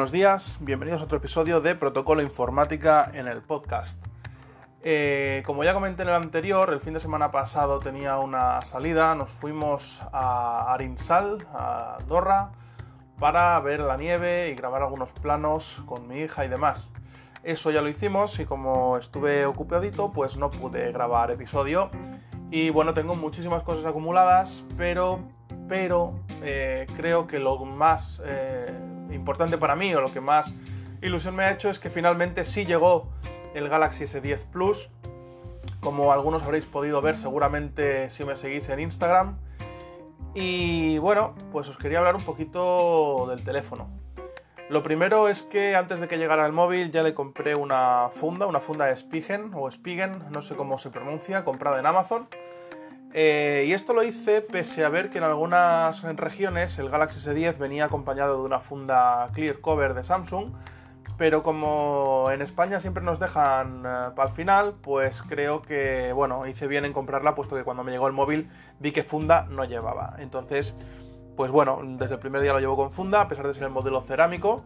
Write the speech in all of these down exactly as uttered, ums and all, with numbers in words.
buenos días, bienvenidos a otro episodio de Protocolo Informática en el podcast. Eh, como ya comenté en el anterior, el fin de semana pasado tenía una salida, nos fuimos a Arinsal, a Andorra, para ver la nieve y grabar algunos planos con mi hija y demás. Eso ya lo hicimos y como estuve ocupadito, pues no pude grabar episodio. Y bueno, tengo muchísimas cosas acumuladas, pero, pero eh, creo que lo más eh, importante para mí, o lo que más ilusión me ha hecho, es que finalmente sí llegó el Galaxy ese diez Plus, como algunos habréis podido ver seguramente si me seguís en Instagram. Y bueno, pues os quería hablar un poquito del teléfono. Lo primero es que antes de que llegara el móvil ya le compré una funda, una funda de Spigen o Spigen, no sé cómo se pronuncia, comprada en Amazon. Eh, y esto lo hice pese a ver que en algunas regiones el Galaxy ese diez venía acompañado de una funda clear cover de Samsung, pero como en España siempre nos dejan eh, para el final, pues creo que, bueno, hice bien en comprarla, puesto que cuando me llegó el móvil vi que funda no llevaba. Entonces, pues bueno, desde el primer día lo llevo con funda, a pesar de ser el modelo cerámico,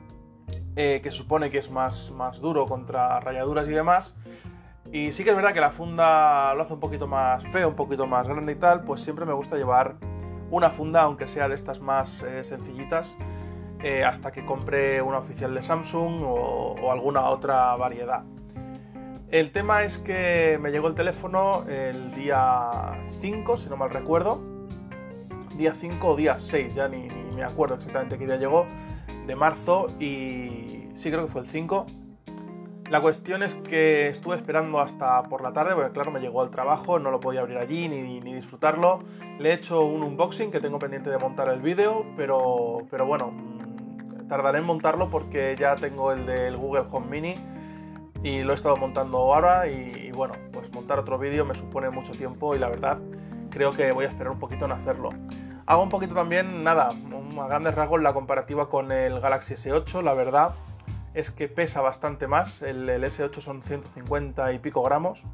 eh, que supone que es más, más duro contra rayaduras y demás. Y sí que es verdad que la funda lo hace un poquito más feo, un poquito más grande y tal, pues siempre me gusta llevar una funda, aunque sea de estas más eh, sencillitas, eh, hasta que compre una oficial de Samsung o, o alguna otra variedad. El tema es que me llegó el teléfono el día cinco, si no mal recuerdo, día cinco o día seis, ya ni, ni me acuerdo exactamente qué día llegó, de marzo, y sí creo que fue el cinco. La cuestión es que estuve esperando hasta por la tarde, porque claro, me llegó al trabajo, no lo podía abrir allí ni, ni disfrutarlo. Le he hecho un unboxing que tengo pendiente de montar el vídeo, pero, pero bueno, tardaré en montarlo porque ya tengo el del Google Home Mini y lo he estado montando ahora y, y bueno, pues montar otro vídeo me supone mucho tiempo y la verdad creo que voy a esperar un poquito en hacerlo. Hago un poquito también, nada, a grandes rasgos la comparativa con el Galaxy ese ocho, la verdad es que pesa bastante más, el, el ese ocho son ciento cincuenta y pico gramos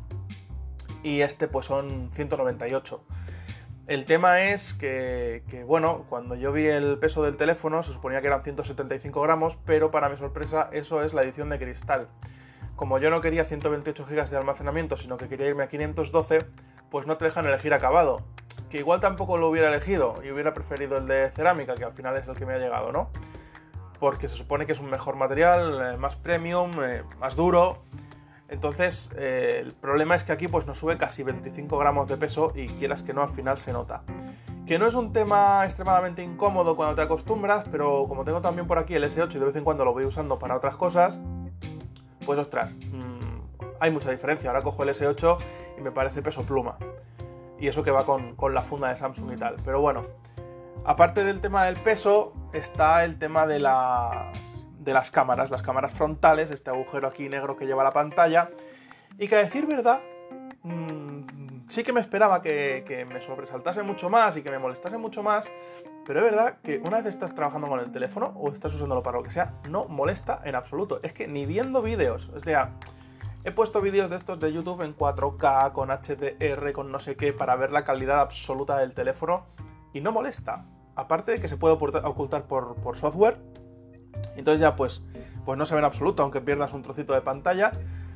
y este pues son ciento noventa y ocho. El tema es que, que, bueno, cuando yo vi el peso del teléfono se suponía que eran ciento setenta y cinco gramos, pero para mi sorpresa eso es la edición de cristal. Como yo no quería ciento veintiocho gigas de almacenamiento, sino que quería irme a quinientos doce, pues no te dejan elegir acabado. Que igual tampoco lo hubiera elegido y hubiera preferido el de cerámica, que al final es el que me ha llegado, ¿no? Porque se supone que es un mejor material, eh, más premium, eh, más duro. Entonces, eh, el problema es que aquí pues nos sube casi veinticinco gramos de peso y quieras que no, al final se nota. Que no es un tema extremadamente incómodo cuando te acostumbras, pero como tengo también por aquí el ese ocho y de vez en cuando lo voy usando para otras cosas, pues ostras, mmm, hay mucha diferencia. Ahora cojo el ese ocho y me parece peso pluma. Y eso que va con, con la funda de Samsung y tal. Pero bueno, aparte del tema del peso, está el tema de las, de las cámaras, las cámaras frontales, este agujero aquí negro que lleva la pantalla, y que a decir verdad, mmm, sí que me esperaba que, que me sobresaltase mucho más y que me molestase mucho más, pero es verdad que una vez estás trabajando con el teléfono o estás usándolo para lo que sea, no molesta en absoluto. Es que ni viendo vídeos, o sea, he puesto vídeos de estos de YouTube en cuatro K, con H D R, con no sé qué, para ver la calidad absoluta del teléfono, y no molesta. Aparte de que se puede ocultar por, por software, entonces ya pues, pues no se ve en absoluto, aunque pierdas un trocito de pantalla,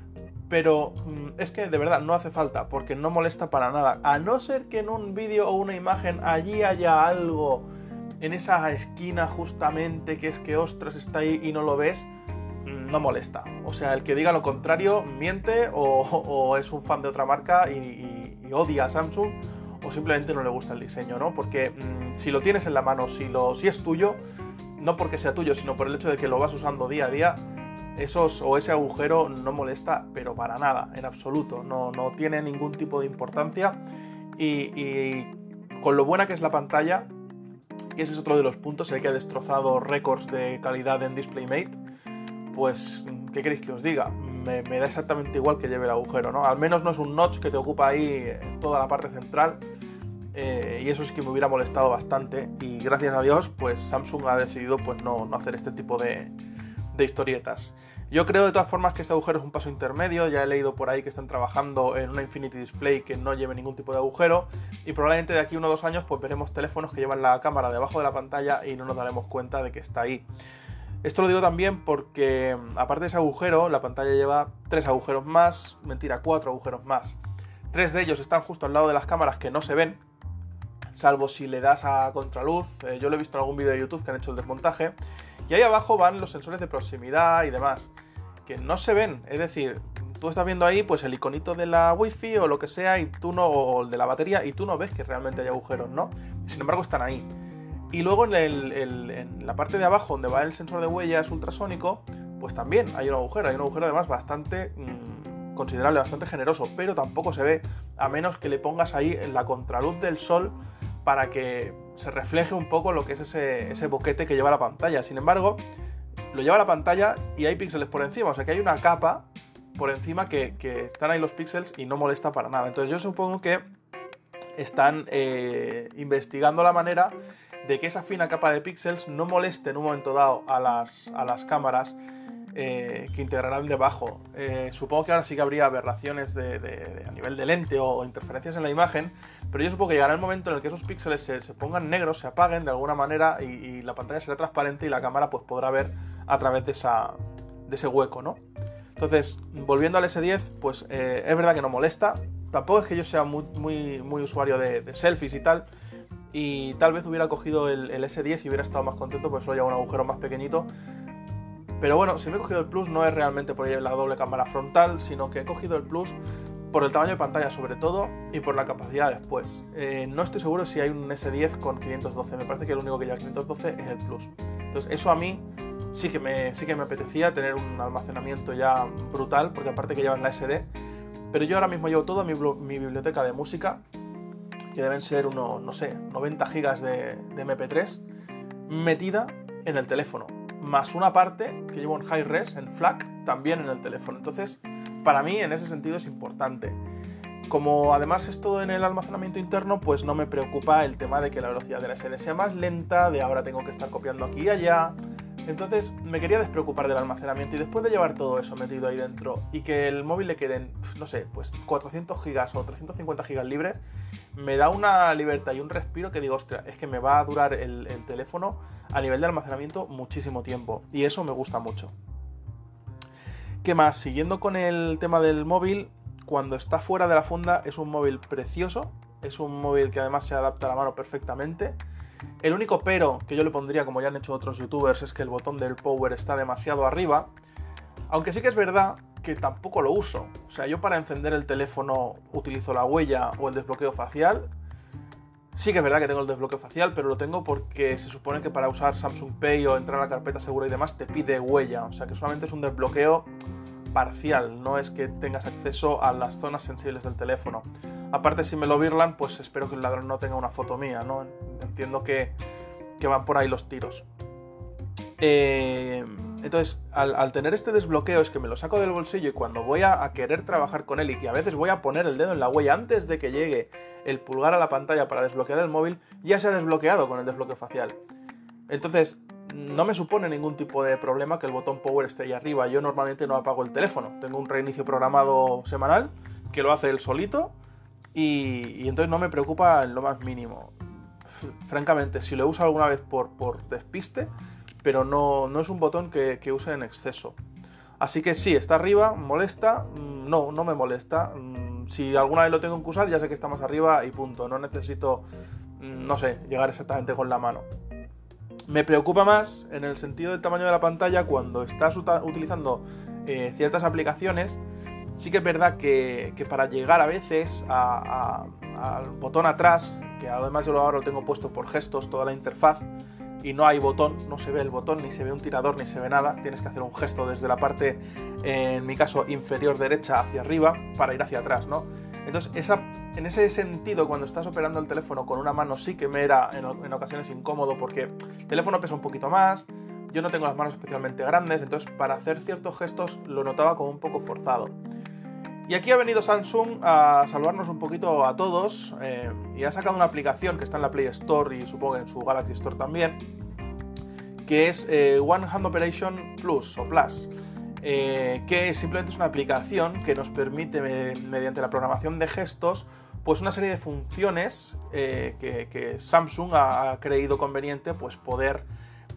pero mmm, es que de verdad no hace falta, porque no molesta para nada, a no ser que en un vídeo o una imagen allí haya algo en esa esquina justamente que es que ostras está ahí y no lo ves, no molesta. O sea, el que diga lo contrario miente o, o es un fan de otra marca y, y, y odia a Samsung, o simplemente no le gusta el diseño, ¿no? Porque mmm, si lo tienes en la mano, si, lo, si es tuyo, no porque sea tuyo, sino por el hecho de que lo vas usando día a día, esos o ese agujero no molesta, pero para nada, en absoluto. No, no tiene ningún tipo de importancia y, y con lo buena que es la pantalla, que ese es otro de los puntos, el que ha destrozado récords de calidad en DisplayMate, pues, ¿qué queréis que os diga? Me, me da exactamente igual que lleve el agujero, ¿no? Al menos no es un notch que te ocupa ahí toda la parte central, eh, y eso sí que me hubiera molestado bastante, y gracias a Dios, pues Samsung ha decidido pues no, no hacer este tipo de, de historietas. Yo creo de todas formas que este agujero es un paso intermedio, ya he leído por ahí que están trabajando en una Infinity Display que no lleve ningún tipo de agujero, y probablemente de aquí a uno o dos años pues veremos teléfonos que llevan la cámara debajo de la pantalla y no nos daremos cuenta de que está ahí. Esto lo digo también porque, aparte de ese agujero, la pantalla lleva tres agujeros más, mentira, cuatro agujeros más. Tres de ellos están justo al lado de las cámaras que no se ven, salvo si le das a contraluz. Eh, yo lo he visto en algún vídeo de YouTube que han hecho el desmontaje. Y ahí abajo van los sensores de proximidad y demás, que no se ven. Es decir, tú estás viendo ahí pues el iconito de la wifi o lo que sea, y tú no, o el de la batería, y tú no ves que realmente hay agujeros, ¿no? Sin embargo están ahí. Y luego en, el, el, en la parte de abajo, donde va el sensor de huellas ultrasónico, pues también hay un agujero. Hay un agujero además bastante mmm, considerable, bastante generoso, pero tampoco se ve, a menos que le pongas ahí en la contraluz del sol para que se refleje un poco lo que es ese, ese boquete que lleva la pantalla. Sin embargo, lo lleva la pantalla y hay píxeles por encima, o sea que hay una capa por encima que, que están ahí los píxeles y no molesta para nada. Entonces yo supongo que están eh, investigando la manera de que esa fina capa de píxeles no moleste en un momento dado a las, a las cámaras eh, que integrarán debajo. Eh, supongo que ahora sí que habría aberraciones de, de, de, a nivel de lente o interferencias en la imagen, pero yo supongo que llegará el momento en el que esos píxeles se, se pongan negros, se apaguen de alguna manera y, y la pantalla será transparente y la cámara pues podrá ver a través de, esa, de ese hueco, ¿no? Entonces, volviendo al ese diez, pues eh, es verdad que no molesta. Tampoco es que yo sea muy, muy, muy usuario de, de selfies y tal, y tal vez hubiera cogido el, el ese diez y hubiera estado más contento, pues solo lleva un agujero más pequeñito. Pero bueno, si me he cogido el Plus no es realmente por la doble cámara frontal, sino que he cogido el Plus por el tamaño de pantalla sobre todo y por la capacidad después. Eh, no estoy seguro si hay un ese diez con quinientos doce, me parece que el único que lleva quinientos doce es el Plus. Entonces eso a mí sí que me, sí que me apetecía, tener un almacenamiento ya brutal, porque aparte que llevan la ese de, pero yo ahora mismo llevo toda mi, mi biblioteca de música, que deben ser unos, no sé, noventa gigas de, de eme pe tres, metida en el teléfono, más una parte que llevo en high res, en FLAC, también en el teléfono. Entonces, para mí, en ese sentido es importante. Como además es todo en el almacenamiento interno, pues no me preocupa el tema de que la velocidad de la ese de sea más lenta, de ahora tengo que estar copiando aquí y allá. Entonces me quería despreocupar del almacenamiento, y después de llevar todo eso metido ahí dentro y que el móvil le queden, no sé, pues cuatrocientos gigas o trescientos cincuenta gigas libres, me da una libertad y un respiro que digo, ostras, es que me va a durar el, el teléfono a nivel de almacenamiento muchísimo tiempo, y eso me gusta mucho. ¿Qué más? Siguiendo con el tema del móvil, cuando está fuera de la funda es un móvil precioso, es un móvil que además se adapta a la mano perfectamente. El único pero que yo le pondría, como ya han hecho otros youtubers, es que el botón del power está demasiado arriba, aunque sí que es verdad que tampoco lo uso. O sea, yo para encender el teléfono utilizo la huella o el desbloqueo facial. Sí que es verdad que tengo el desbloqueo facial, pero lo tengo porque se supone que para usar Samsung Pay o entrar a la carpeta segura y demás te pide huella, o sea que solamente es un desbloqueo parcial, no es que tengas acceso a las zonas sensibles del teléfono. Aparte, si me lo birlan, pues espero que el ladrón no tenga una foto mía, ¿no? Entiendo que, que van por ahí los tiros. Eh, entonces, al, al tener este desbloqueo es que me lo saco del bolsillo, y cuando voy a, a querer trabajar con él, y que a veces voy a poner el dedo en la huella antes de que llegue el pulgar a la pantalla para desbloquear el móvil, ya se ha desbloqueado con el desbloqueo facial. Entonces, no me supone ningún tipo de problema que el botón power esté ahí arriba. Yo normalmente no apago el teléfono, tengo un reinicio programado semanal que lo hace él solito, y, y entonces no me preocupa en lo más mínimo. Francamente, si lo uso alguna vez por, por despiste, pero no, no es un botón que, que use en exceso. Así que sí, está arriba, molesta, no, no me molesta. Si alguna vez lo tengo que usar, ya sé que está más arriba y punto. No necesito, no sé, llegar exactamente con la mano. Me preocupa más en el sentido del tamaño de la pantalla cuando estás utilizando eh, ciertas aplicaciones. Sí que es verdad que, que para llegar a veces a, a, al botón atrás, que además yo ahora lo tengo puesto por gestos, toda la interfaz, y no hay botón, no se ve el botón, ni se ve un tirador, ni se ve nada. Tienes que hacer un gesto desde la parte, en mi caso, inferior derecha hacia arriba para ir hacia atrás, ¿no? Entonces, esa, en ese sentido, cuando estás operando el teléfono con una mano, sí que me era en, en ocasiones incómodo, porque el teléfono pesa un poquito más, yo no tengo las manos especialmente grandes, entonces para hacer ciertos gestos lo notaba como un poco forzado. Y aquí ha venido Samsung a salvarnos un poquito a todos, eh, y ha sacado una aplicación que está en la Play Store y supongo en su Galaxy Store también, que es eh, One Hand Operation Plus o Plus, eh, que simplemente es una aplicación que nos permite, me, mediante la programación de gestos, pues una serie de funciones eh, que, que Samsung ha, ha creído conveniente pues poder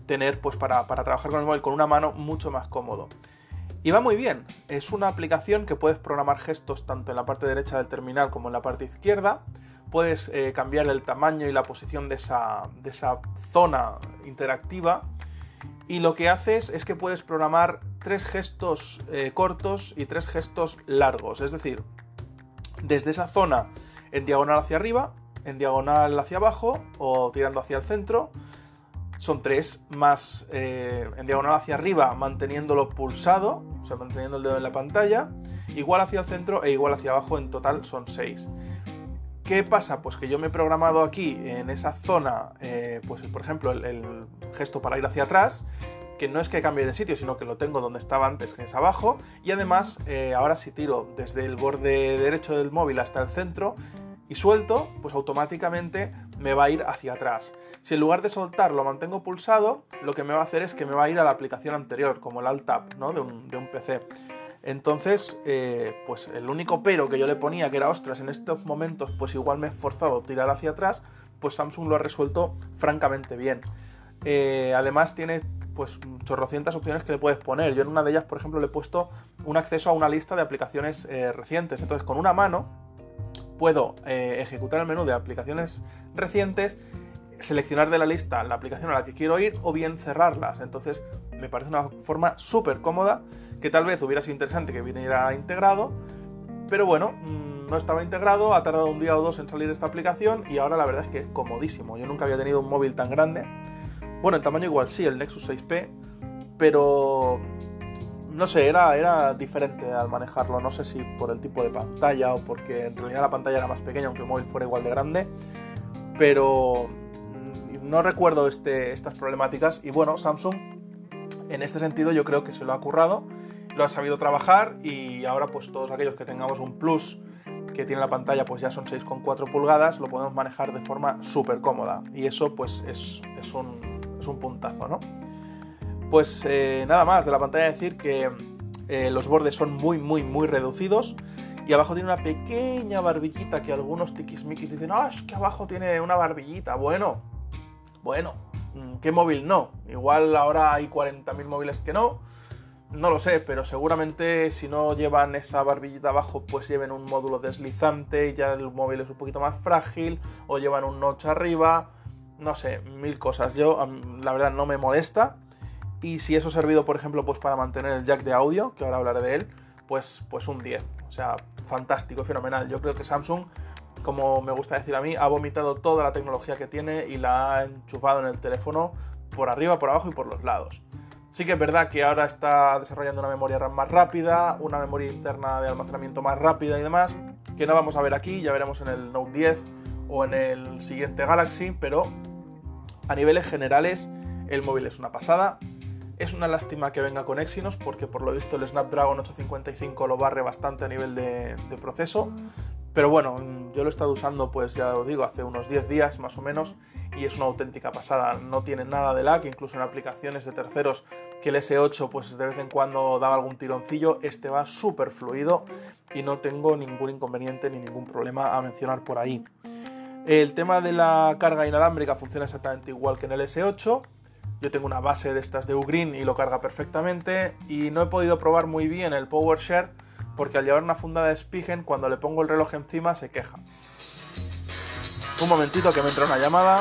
tener pues para, para trabajar con el móvil con una mano mucho más cómodo. Y va muy bien, es una aplicación que puedes programar gestos tanto en la parte derecha del terminal como en la parte izquierda. Puedes eh, cambiar el tamaño y la posición de esa, de esa zona interactiva. Y lo que haces es que puedes programar tres gestos eh, cortos y tres gestos largos. Es decir, desde esa zona en diagonal hacia arriba, en diagonal hacia abajo o tirando hacia el centro. Son tres, más eh, en diagonal hacia arriba manteniéndolo pulsado, o sea, manteniendo el dedo en la pantalla, igual hacia el centro e igual hacia abajo, en total son seis. ¿Qué pasa? Pues que yo me he programado aquí en esa zona, eh, pues por ejemplo, el, el gesto para ir hacia atrás, que no es que cambie de sitio, sino que lo tengo donde estaba antes, que es abajo, y además eh, ahora si tiro desde el borde derecho del móvil hasta el centro y suelto, pues automáticamente me va a ir hacia atrás. Si en lugar de soltar lo mantengo pulsado, lo que me va a hacer es que me va a ir a la aplicación anterior, como el Alt-Tab, ¿no? de, un, de un P C. Entonces, eh, pues el único pero que yo le ponía, que era, ostras, en estos momentos pues igual me he forzado a tirar hacia atrás, pues Samsung lo ha resuelto francamente bien. Eh, además tiene pues chorrocientas opciones que le puedes poner. Yo en una de ellas, por ejemplo, le he puesto un acceso a una lista de aplicaciones eh, recientes. Entonces, con una mano puedo eh, ejecutar el menú de aplicaciones recientes, seleccionar de la lista la aplicación a la que quiero ir o bien cerrarlas. Entonces me parece una forma súper cómoda, que tal vez hubiera sido interesante que viniera integrado, pero bueno, mmm, no estaba integrado, ha tardado un día o dos en salir esta aplicación y ahora la verdad es que es comodísimo. Yo nunca había tenido un móvil tan grande. Bueno, en tamaño igual sí, el Nexus seis P, pero no sé, era, era diferente al manejarlo. No sé si por el tipo de pantalla o porque en realidad la pantalla era más pequeña, aunque el móvil fuera igual de grande, pero no recuerdo este, estas problemáticas. Y bueno, Samsung en este sentido yo creo que se lo ha currado, lo ha sabido trabajar, y ahora pues todos aquellos que tengamos un Plus que tiene la pantalla pues ya son seis coma cuatro pulgadas, lo podemos manejar de forma súper cómoda, y eso pues es, es, un, es un puntazo, ¿no? Pues eh, nada más de la pantalla, decir que eh, los bordes son muy muy muy reducidos y abajo tiene una pequeña barbillita que algunos tiquismiquis dicen, ah, es que abajo tiene una barbillita. Bueno, bueno, ¿qué móvil no? Igual ahora hay cuarenta mil móviles que no, no lo sé, pero seguramente si no llevan esa barbillita abajo, pues lleven un módulo deslizante y ya el móvil es un poquito más frágil, o llevan un notch arriba, no sé, mil cosas. Yo, la verdad, no me molesta. Y si eso ha servido, por ejemplo, pues para mantener el jack de audio, que ahora hablaré de él, pues, pues un diez. O sea, fantástico, fenomenal. Yo creo que Samsung, como me gusta decir a mí, ha vomitado toda la tecnología que tiene y la ha enchufado en el teléfono por arriba, por abajo y por los lados. Sí que es verdad que ahora está desarrollando una memoria RAM más rápida, una memoria interna de almacenamiento más rápida y demás, que no vamos a ver aquí, ya veremos en el Note diez o en el siguiente Galaxy, pero a niveles generales el móvil es una pasada. Es una lástima que venga con Exynos, porque por lo visto el Snapdragon ochocientos cincuenta y cinco lo barre bastante a nivel de, de proceso. Pero bueno, yo lo he estado usando, pues ya os digo, hace unos diez días más o menos, y es una auténtica pasada. No tiene nada de lag, incluso en aplicaciones de terceros que el ese ocho pues de vez en cuando daba algún tironcillo, este va súper fluido y no tengo ningún inconveniente ni ningún problema a mencionar por ahí. El tema de la carga inalámbrica funciona exactamente igual que en el ese ocho. Yo tengo una base de estas de Ugreen y lo carga perfectamente, y no he podido probar muy bien el PowerShare porque al llevar una funda de Spigen, cuando le pongo el reloj encima se queja. Un momentito que me entra una llamada.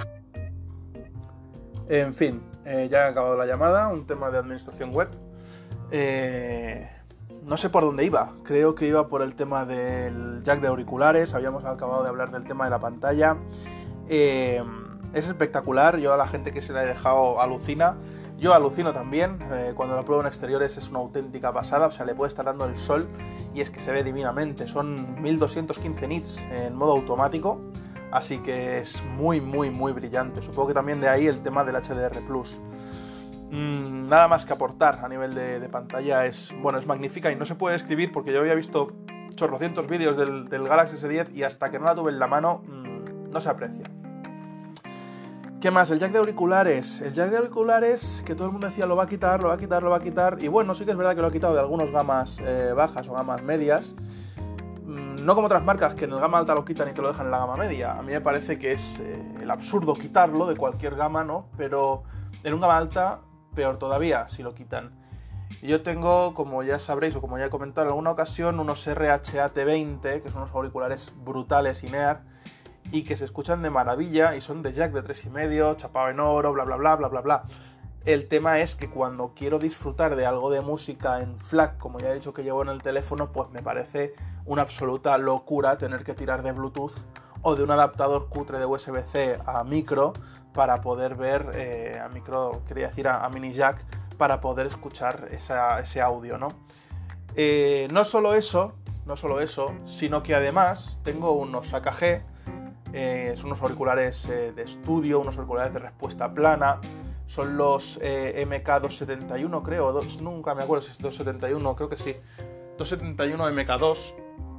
En fin, eh, ya he acabado la llamada, un tema de administración web. Eh, no sé por dónde iba, creo que iba por el tema del jack de auriculares, habíamos acabado de hablar del tema de la pantalla. Eh, Es espectacular, yo a la gente que se la he dejado alucina, yo alucino también, eh, cuando la pruebo en exteriores es una auténtica pasada, o sea, le puede estar dando el sol y es que se ve divinamente, son mil doscientos quince nits en modo automático, así que es muy muy muy brillante. Supongo que también de ahí el tema del H D R plus. Mm, nada más que aportar a nivel de, de pantalla, es, bueno, es magnífica y no se puede describir porque yo había visto chorrocientos vídeos del, del Galaxy ese diez y hasta que no la tuve en la mano mmm, no se aprecia. ¿Qué más? El jack de auriculares. El jack de auriculares, que todo el mundo decía lo va a quitar, lo va a quitar, lo va a quitar. Y bueno, sí que es verdad que lo ha quitado de algunas gamas eh, bajas o gamas medias. Mm, no como otras marcas que en el gama alta lo quitan y te lo dejan en la gama media. A mí me parece que es eh, el absurdo quitarlo de cualquier gama, ¿no? Pero En un gama alta, peor todavía si lo quitan. Yo tengo, como ya sabréis o como ya he comentado en alguna ocasión, unos R H A T veinte, que son unos auriculares brutales in-ear y que se escuchan de maravilla y son de jack de tres y medio, chapado en oro, bla bla bla bla bla bla. El tema es que cuando quiero disfrutar de algo de música en FLAC, como ya he dicho que llevo en el teléfono, pues me parece una absoluta locura tener que tirar de Bluetooth o de un adaptador cutre de U S B C a micro para poder ver, eh, a micro, quería decir a, a mini jack, para poder escuchar esa, ese audio, ¿no? Eh, no solo eso, no solo eso, sino que además tengo unos A K G, eh, son unos auriculares eh, de estudio, unos auriculares de respuesta plana. Son los eh, M K doscientos setenta y uno, creo, dos, nunca me acuerdo si es doscientos setenta y uno, creo que sí. doscientos setenta y uno M K dos.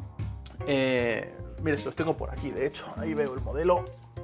Eh, mire, si los tengo por aquí, de hecho, ahí veo el modelo.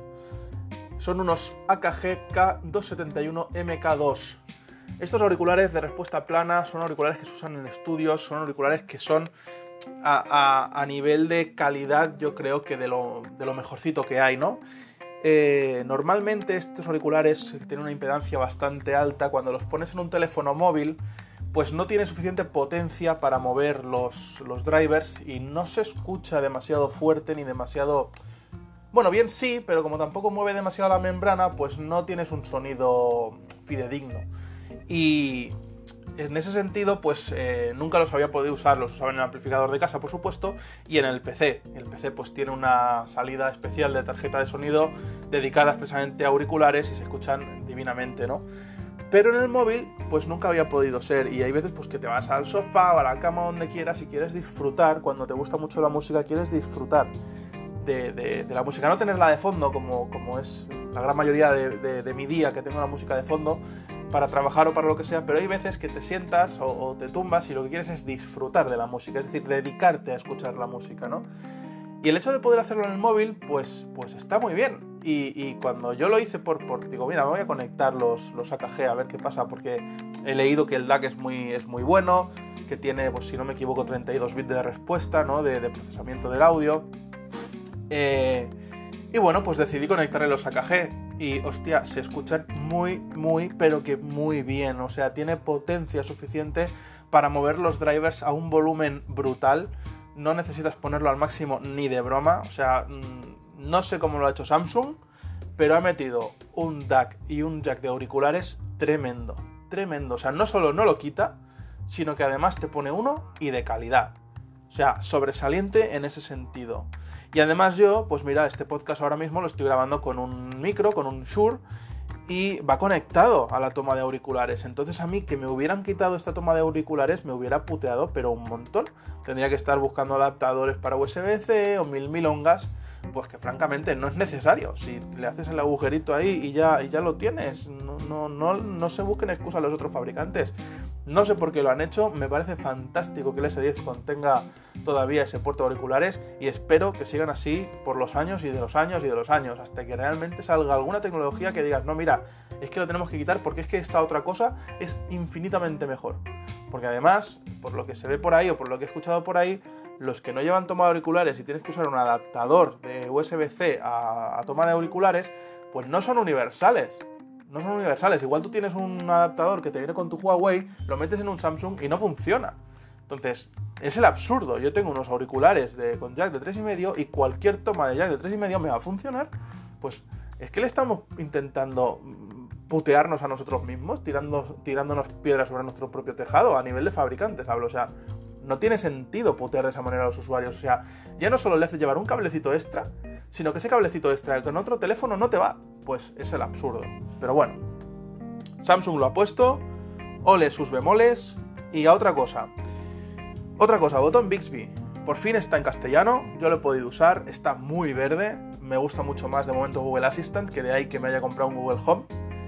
Son unos A K G K doscientos setenta y uno M K dos. Estos auriculares de respuesta plana son auriculares que se usan en estudios, son auriculares que son a, a, a nivel de calidad, yo creo que de lo, de lo mejorcito que hay, ¿no? Eh, normalmente estos auriculares tienen una impedancia bastante alta. Cuando los pones en un teléfono móvil, pues no tiene suficiente potencia para mover los, los drivers y no se escucha demasiado fuerte ni demasiado... Bueno, bien sí, pero como tampoco mueve demasiado la membrana, pues no tienes un sonido fidedigno. Y en ese sentido, pues eh, nunca los había podido usar, los usaba en el amplificador de casa, por supuesto, y en el P C. El P C pues tiene una salida especial de tarjeta de sonido dedicada expresamente a auriculares y se escuchan divinamente, ¿no? Pero en el móvil, pues nunca había podido ser, y hay veces pues que te vas al sofá o a la cama, donde quieras, y quieres disfrutar, cuando te gusta mucho la música, quieres disfrutar de, de, de la música, no tenerla de fondo, como, como es la gran mayoría de, de, de mi día, que tengo la música de fondo, para trabajar o para lo que sea, pero hay veces que te sientas o, o te tumbas y lo que quieres es disfrutar de la música, es decir, dedicarte a escuchar la música, ¿no? Y el hecho de poder hacerlo en el móvil, pues, pues está muy bien. Y, y cuando yo lo hice por, por... Digo, mira, me voy a conectar los, los A K G a ver qué pasa, porque he leído que el D A C es muy, es muy bueno, que tiene, pues si no me equivoco, treinta y dos bits de respuesta, ¿no? De, de procesamiento del audio. Eh, y bueno, pues decidí conectarle los A K G. Y, hostia, se escuchan muy, muy, pero que muy bien. O sea, tiene potencia suficiente para mover los drivers a un volumen brutal. No necesitas ponerlo al máximo ni de broma. O sea, no sé cómo lo ha hecho Samsung, pero ha metido un D A C y un jack de auriculares tremendo. Tremendo. O sea, no solo no lo quita, sino que además te pone uno y de calidad. O sea, sobresaliente en ese sentido. Y además yo, pues mira, este podcast ahora mismo lo estoy grabando con un micro, con un Shure, y va conectado a la toma de auriculares. Entonces a mí que me hubieran quitado esta toma de auriculares me hubiera puteado, pero un montón. Tendría que estar buscando adaptadores para U S B C o mil milongas, pues que francamente no es necesario. Si le haces el agujerito ahí y ya, y ya lo tienes, no, no, no, no se busquen excusas los otros fabricantes. No sé por qué lo han hecho, me parece fantástico que el S diez contenga todavía ese puerto de auriculares y espero que sigan así por los años y de los años y de los años, hasta que realmente salga alguna tecnología que digas, no, mira, es que lo tenemos que quitar porque es que esta otra cosa es infinitamente mejor. Porque además, por lo que se ve por ahí o por lo que he escuchado por ahí, los que no llevan toma de auriculares y tienes que usar un adaptador de U S B C a, a toma de auriculares, pues no son universales. No son universales. Igual tú tienes un adaptador que te viene con tu Huawei, lo metes en un Samsung y no funciona. Entonces, es el absurdo. Yo tengo unos auriculares de, con jack de tres y medio y cualquier toma de jack de tres y medio me va a funcionar. Pues es que le estamos intentando putearnos a nosotros mismos, tirando, tirándonos piedras sobre nuestro propio tejado, a nivel de fabricantes, hablo. O sea, no tiene sentido putear de esa manera a los usuarios. O sea, ya no solo le haces llevar un cablecito extra, sino que ese cablecito extra con otro teléfono no te va. Pues es el absurdo. Pero bueno, Samsung lo ha puesto, ole sus bemoles. Y a otra cosa. Otra cosa, botón Bixby. Por fin está en castellano, yo lo he podido usar, está muy verde. Me gusta mucho más de momento Google Assistant, que de ahí que me haya comprado un Google Home.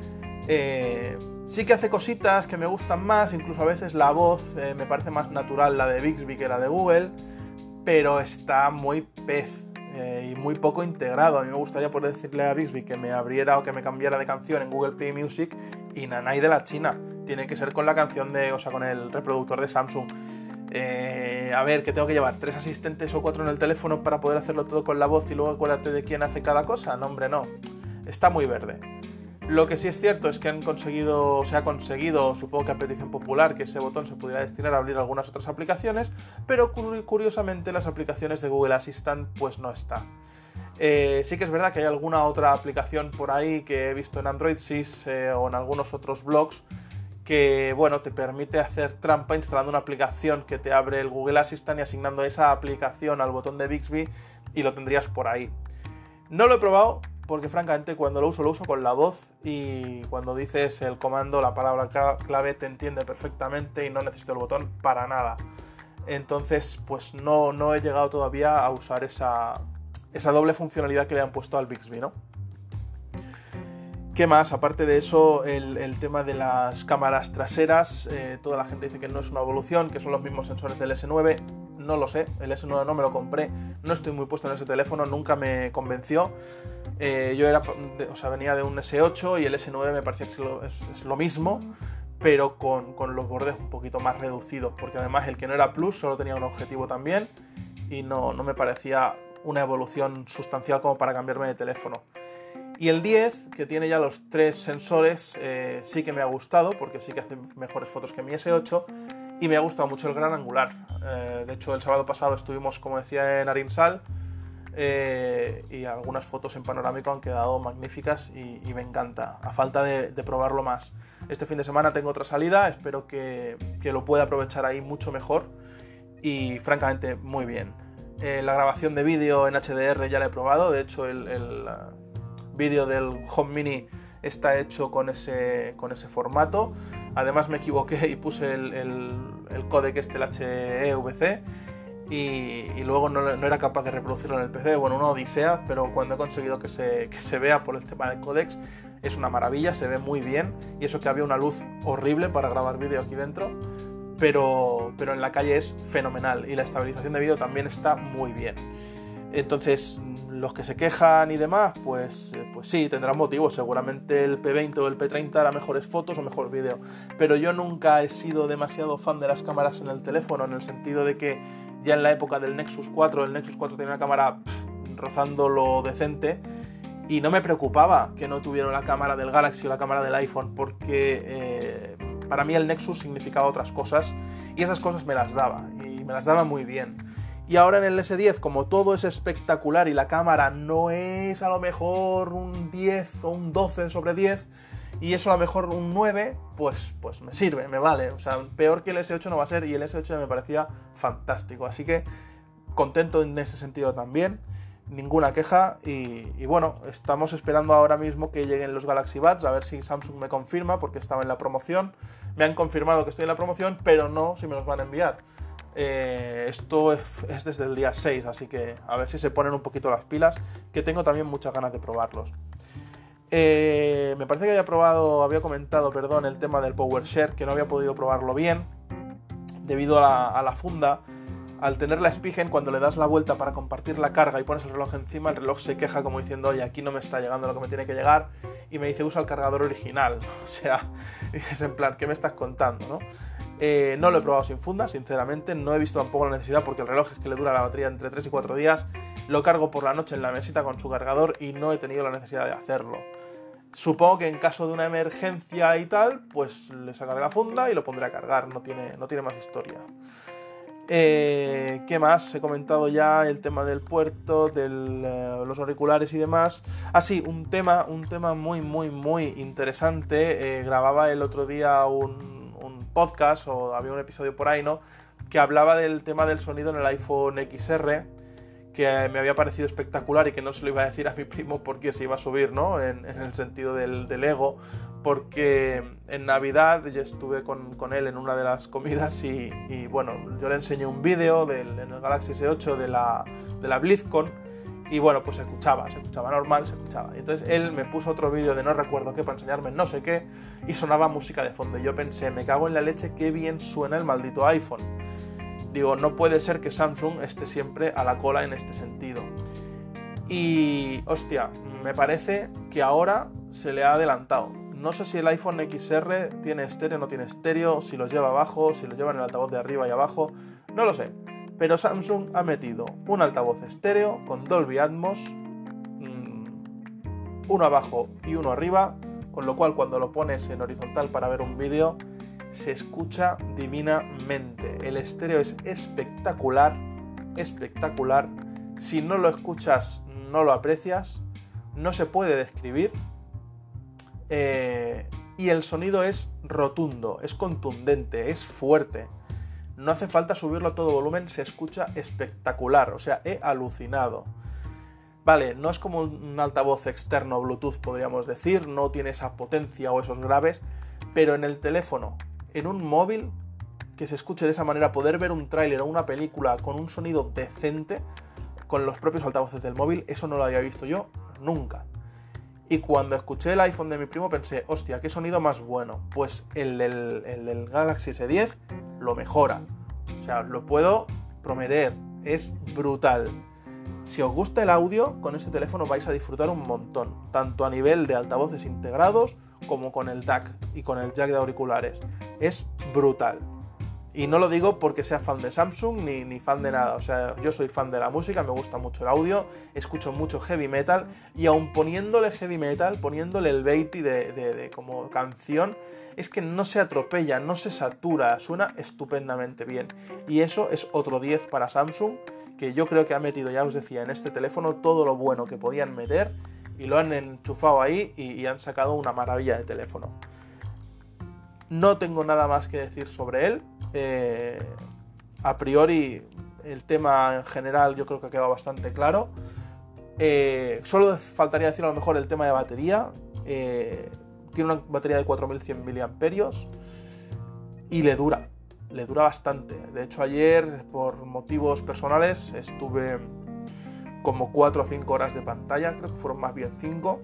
Eh, sí que hace cositas que me gustan más, incluso a veces la voz eh, me parece más natural la de Bixby que la de Google, pero está muy pez eh, y muy poco integrado. A mí me gustaría poder decirle a Bixby que me abriera o que me cambiara de canción en Google Play Music y nanay de la China. Tiene que ser con la canción de, o sea, con el reproductor de Samsung. Eh, a ver, que tengo que llevar tres asistentes o cuatro en el teléfono para poder hacerlo todo con la voz y luego acuérdate de quién hace cada cosa. No, hombre, no. Está muy verde. Lo que sí es cierto es que han conseguido, se ha conseguido, supongo que a petición popular, que ese botón se pudiera destinar a abrir algunas otras aplicaciones, pero curiosamente las aplicaciones de Google Assistant pues no está. Eh, sí que es verdad que hay alguna otra aplicación por ahí que he visto en Android Sys eh, o en algunos otros blogs que, bueno, te permite hacer trampa instalando una aplicación que te abre el Google Assistant y asignando esa aplicación al botón de Bixby y lo tendrías por ahí. No lo he probado porque francamente cuando lo uso lo uso con la voz y cuando dices el comando, la palabra clave te entiende perfectamente y no necesito el botón para nada. Entonces pues no, no he llegado todavía a usar esa, esa doble funcionalidad que le han puesto al Bixby, ¿no? ¿Qué más? Aparte de eso, el, el tema de las cámaras traseras, eh, toda la gente dice que no es una evolución, que son los mismos sensores del ese nueve, no lo sé, el ese nueve no me lo compré, no estoy muy puesto en ese teléfono, nunca me convenció, eh, yo era, de, o sea, venía de un ese ocho y el ese nueve me parecía que es lo, es, es lo mismo, pero con, con los bordes un poquito más reducidos, porque además el que no era Plus solo tenía un objetivo también y no, no me parecía una evolución sustancial como para cambiarme de teléfono. Y el diez, que tiene ya los tres sensores, eh, sí que me ha gustado, porque sí que hace mejores fotos que mi ese ocho, y me ha gustado mucho el gran angular. Eh, de hecho, el sábado pasado estuvimos, como decía, en Arinsal, eh, y algunas fotos en panorámico han quedado magníficas y, y me encanta, a falta de, de probarlo más. Este fin de semana tengo otra salida, espero que, que lo pueda aprovechar ahí mucho mejor, y francamente, muy bien. Eh, la grabación de vídeo en H D R ya la he probado, de hecho, el... el vídeo del Home Mini está hecho con ese, con ese formato. Además me equivoqué y puse el, el, el códec este, el H E V C, y, y luego no, no era capaz de reproducirlo en el P C. Bueno, una odisea, pero cuando he conseguido que se, que se vea por el tema del códex, es una maravilla, se ve muy bien, y eso que había una luz horrible para grabar vídeo aquí dentro, pero, pero en la calle es fenomenal, y la estabilización de vídeo también está muy bien. Entonces, los que se quejan y demás, pues, pues sí, tendrán motivos. Seguramente el P veinte o el P treinta hará mejores fotos o mejor vídeo. Pero yo nunca he sido demasiado fan de las cámaras en el teléfono, en el sentido de que ya en la época del Nexus cuatro, el Nexus cuatro tenía una cámara pff, rozando lo decente, y no me preocupaba que no tuviera la cámara del Galaxy o la cámara del iPhone, porque eh, para mí el Nexus significaba otras cosas, y esas cosas me las daba, y me las daba muy bien. Y ahora en el ese diez, como todo es espectacular y la cámara no es a lo mejor un diez o un doce sobre diez, y eso a lo mejor un nueve, pues, pues me sirve, me vale. O sea, peor que el ese ocho no va a ser, y el ese ocho me parecía fantástico. Así que contento en ese sentido también, ninguna queja, y, y bueno, estamos esperando ahora mismo que lleguen los Galaxy Buds, a ver si Samsung me confirma, porque estaba en la promoción. Me han confirmado que estoy en la promoción, pero no si me los van a enviar. Eh, esto es, es desde el día seis, así que a ver si se ponen un poquito las pilas, que tengo también muchas ganas de probarlos. Eh, me parece que había probado, había comentado, perdón, el tema del PowerShare, que no había podido probarlo bien debido a la, a la funda. Al tener la Spigen, cuando le das la vuelta para compartir la carga y pones el reloj encima, el reloj se queja como diciendo, oye, aquí no me está llegando lo que me tiene que llegar, y me dice, usa el cargador original. O sea, es en plan, ¿qué me estás contando, no? Eh, no lo he probado sin funda, sinceramente, no he visto tampoco la necesidad, porque el reloj es que le dura la batería entre tres y cuatro días, lo cargo por la noche en la mesita con su cargador y no he tenido la necesidad de hacerlo. Supongo que en caso de una emergencia y tal, pues le sacaré la funda y lo pondré a cargar, no tiene, no tiene más historia. Eh, ¿Qué más? He comentado ya el tema del puerto, de eh, los auriculares y demás. Ah, sí, un tema, un tema muy, muy, muy interesante. Eh, grababa el otro día un podcast, o había un episodio por ahí, ¿no?, que hablaba del tema del sonido en el iPhone equis erre, que me había parecido espectacular y que no se lo iba a decir a mi primo porque se iba a subir, ¿no?, en, en el sentido del, del ego, porque en Navidad yo estuve con, con él en una de las comidas y, y bueno, yo le enseñé un vídeo del, en el Galaxy ese ocho de la, de la BlizzCon, y bueno, pues se escuchaba, se escuchaba normal, se escuchaba. Y entonces él me puso otro vídeo de no recuerdo qué para enseñarme no sé qué, y sonaba música de fondo. Y yo pensé, me cago en la leche, qué bien suena el maldito iPhone. Digo, no puede ser que Samsung esté siempre a la cola en este sentido. Y, hostia, me parece que ahora se le ha adelantado. No sé si el iPhone equis erre tiene estéreo o no tiene estéreo, si los lleva abajo, si los lleva en el altavoz de arriba y abajo, no lo sé. Pero Samsung ha metido un altavoz estéreo con Dolby Atmos, mmm, uno abajo y uno arriba, con lo cual cuando lo pones en horizontal para ver un vídeo, se escucha divinamente. El estéreo es espectacular, espectacular. Si no lo escuchas, no lo aprecias, no se puede describir. Eh, y el sonido es rotundo, es contundente, es fuerte. No hace falta subirlo a todo volumen, se escucha espectacular, o sea, he alucinado. Vale, no es como un altavoz externo Bluetooth, podríamos decir, no tiene esa potencia o esos graves, pero en el teléfono, en un móvil, que se escuche de esa manera, poder ver un tráiler o una película con un sonido decente, con los propios altavoces del móvil, eso no lo había visto yo nunca. Y cuando escuché el iPhone de mi primo pensé, hostia, qué sonido más bueno. Pues el del, el del Galaxy ese diez lo mejora. O sea, lo puedo prometer, es brutal. Si os gusta el audio, con este teléfono vais a disfrutar un montón, tanto a nivel de altavoces integrados como con el D A C y con el jack de auriculares. Es brutal. Y no lo digo porque sea fan de Samsung ni, ni fan de nada. O sea, yo soy fan de la música, me gusta mucho el audio, escucho mucho heavy metal y aun poniéndole heavy metal, poniéndole el Beatty de, de, de como canción, es que no se atropella, no se satura, suena estupendamente bien. Y eso es otro diez para Samsung, que yo creo que ha metido, ya os decía, en este teléfono todo lo bueno que podían meter y lo han enchufado ahí y, y han sacado una maravilla de teléfono. No tengo nada más que decir sobre él. Eh, a priori el tema en general yo creo que ha quedado bastante claro. Eh, solo faltaría decir a lo mejor el tema de batería. Eh, tiene una batería de cuatro mil cien miliamperios y le dura, le dura bastante. De hecho ayer por motivos personales estuve como cuatro o cinco horas de pantalla, creo que fueron más bien cinco.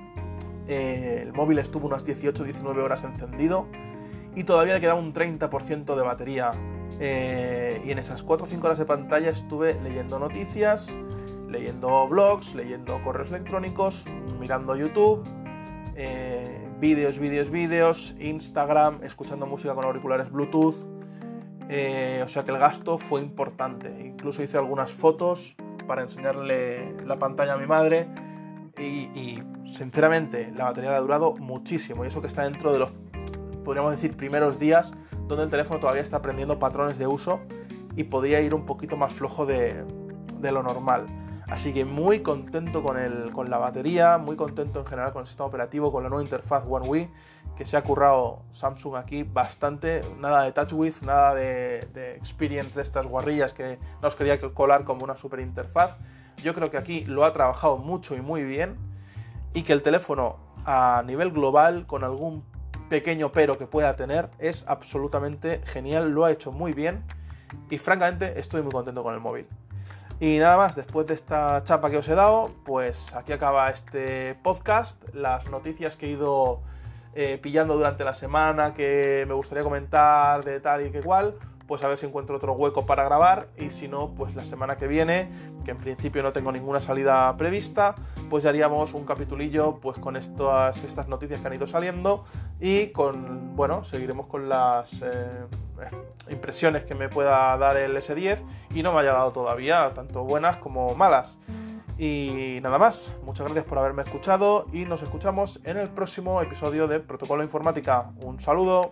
Eh, el móvil estuvo unas dieciocho o diecinueve horas encendido y todavía le quedaba un treinta por ciento de batería. Eh, y en esas cuatro o cinco horas de pantalla estuve leyendo noticias, leyendo blogs, leyendo correos electrónicos, mirando YouTube, eh, vídeos, vídeos, vídeos, Instagram, escuchando música con auriculares Bluetooth. Eh, o sea que el gasto fue importante. Incluso hice algunas fotos para enseñarle la pantalla a mi madre y, y sinceramente la batería le ha durado muchísimo, y eso que está dentro de los, podríamos decir, primeros días donde el teléfono todavía está aprendiendo patrones de uso y podría ir un poquito más flojo de, de lo normal. Así que muy contento con, el, con la batería, muy contento en general con el sistema operativo, con la nueva interfaz One U I, que se ha currado Samsung aquí bastante. Nada de TouchWiz, nada de, de Experience de estas guarrillas que nos quería colar como una super interfaz. Yo creo que aquí lo ha trabajado mucho y muy bien, y que el teléfono a nivel global, con algún pequeño pero que pueda tener, es absolutamente genial, lo ha hecho muy bien y francamente estoy muy contento con el móvil. Y nada más, después de esta chapa que os he dado, pues aquí acaba este podcast, las noticias que he ido eh, pillando durante la semana, que me gustaría comentar de tal y que cual, pues a ver si encuentro otro hueco para grabar, y si no, pues la semana que viene, que en principio no tengo ninguna salida prevista, pues ya haríamos un capitulillo pues con estas, estas noticias que han ido saliendo, y con, bueno, seguiremos con las eh, impresiones que me pueda dar el ese diez y no me haya dado todavía, tanto buenas como malas. Y nada más, muchas gracias por haberme escuchado y nos escuchamos en el próximo episodio de Protocolo Informática. Un saludo.